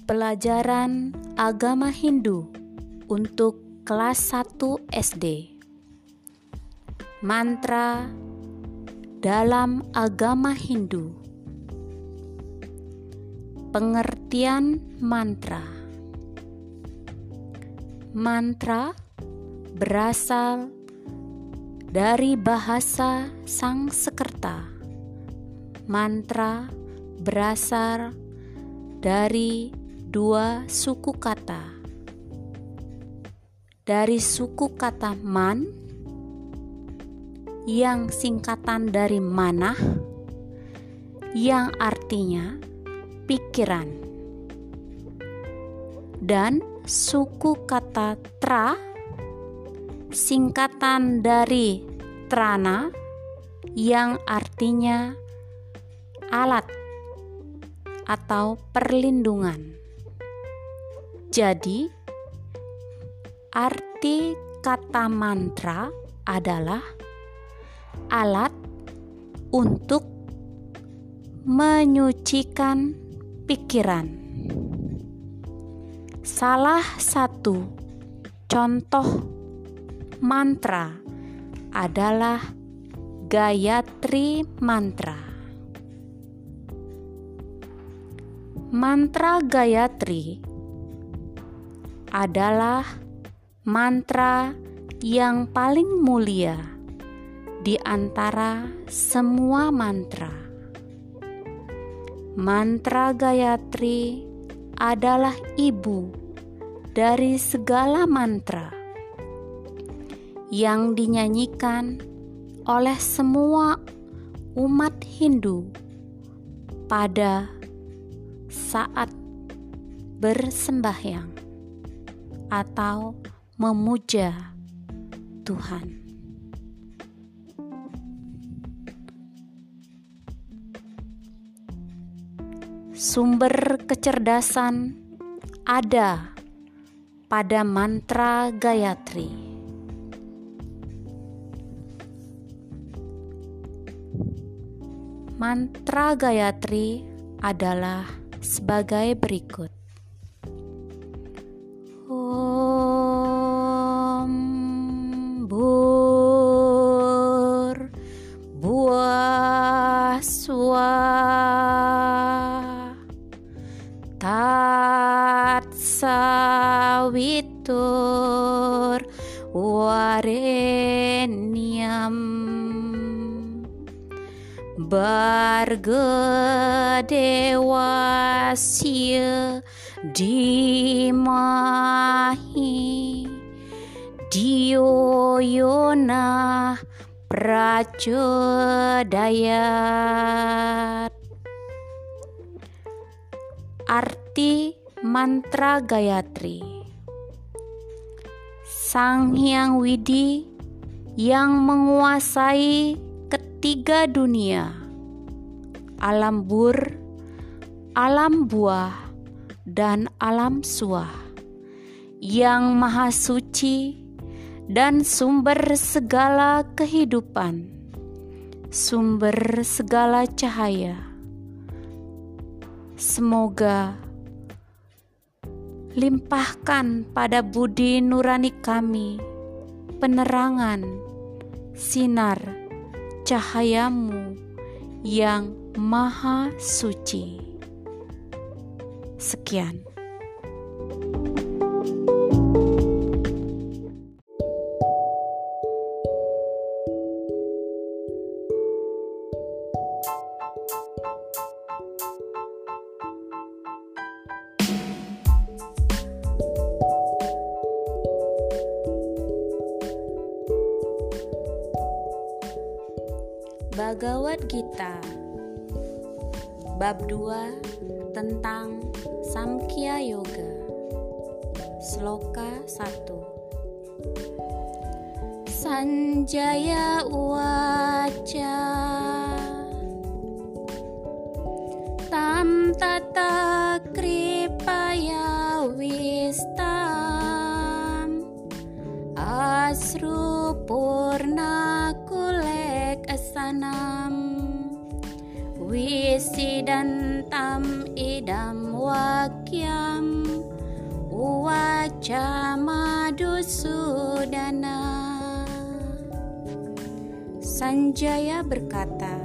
Pelajaran Agama Hindu untuk kelas 1 SD. Mantra dalam agama Hindu. Pengertian mantra. Mantra berasal dari bahasa Sangskerta. Mantra berasal dari dua suku kata. Dari suku kata man, yang singkatan dari manah, yang artinya pikiran, dan suku kata tra, singkatan dari trana, yang artinya alat atau perlindungan. Jadi, arti kata mantra adalah alat untuk menyucikan pikiran. Salah satu contoh mantra adalah Gayatri Mantra. Mantra Gayatri adalah mantra yang paling mulia di antara semua mantra. Mantra Gayatri adalah ibu dari segala mantra yang dinyanyikan oleh semua umat Hindu pada saat bersembahyang atau memuja Tuhan. Sumber kecerdasan ada pada mantra Gayatri. Mantra Gayatri adalah sebagai berikut. Om Bhur Bhuva Swah Tat Savitur Varenyam Bhargo Devasya Dhimahi Dhyo Yona Prachodayat. Arti mantra Gayatri. Sang Hyang Widi yang menguasai ketiga dunia, alam bur, alam buah, dan alam suah, yang maha suci dan sumber segala kehidupan, sumber segala cahaya. Semoga limpahkan pada budi nurani kami penerangan sinar cahayamu yang maha suci. Sekian. Bhagavad Gita Bab 2 tentang Samkhya Yoga. Sloka 1. Sanjaya Uwaca Tam tata kripaya wistam Asru purna kulek asanam Wisidantam idam wakyam uwaca Madusudana. Sanjaya berkata,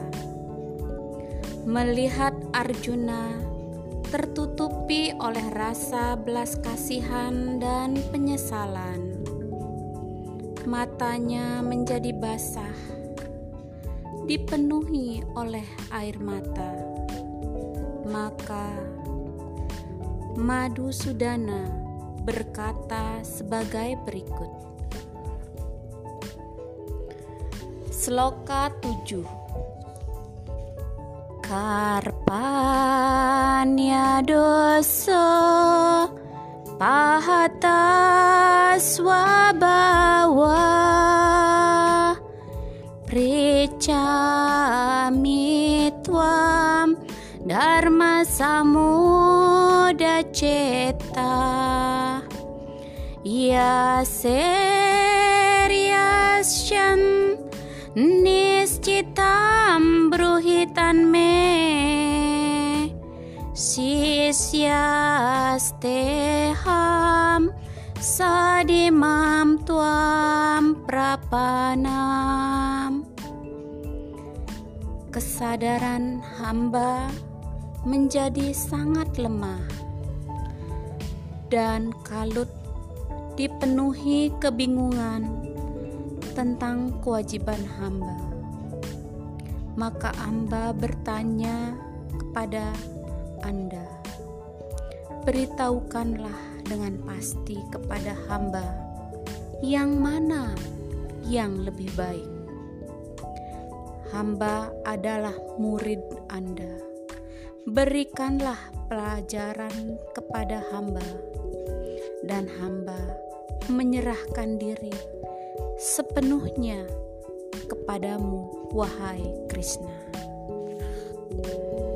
melihat Arjuna tertutupi oleh rasa belas kasihan dan penyesalan, matanya menjadi basah, dipenuhi oleh air mata. Maka Madusudana berkata sebagai berikut. Sloka 7. Karpanya dosa pahata swabawa precamitwam dharma samuda ceta ya seriasyan niscitam bruhitan me sisyasteham sadimam tuam prapanam. Kesadaran hamba menjadi sangat lemah dan kalut, dipenuhi kebingungan tentang kewajiban hamba. Maka hamba bertanya kepada Anda, beritahukanlah dengan pasti kepada hamba yang mana yang lebih baik. Hamba adalah murid Anda. Berikanlah pelajaran kepada hamba, dan hamba menyerahkan diri sepenuhnya kepadamu, wahai Krishna.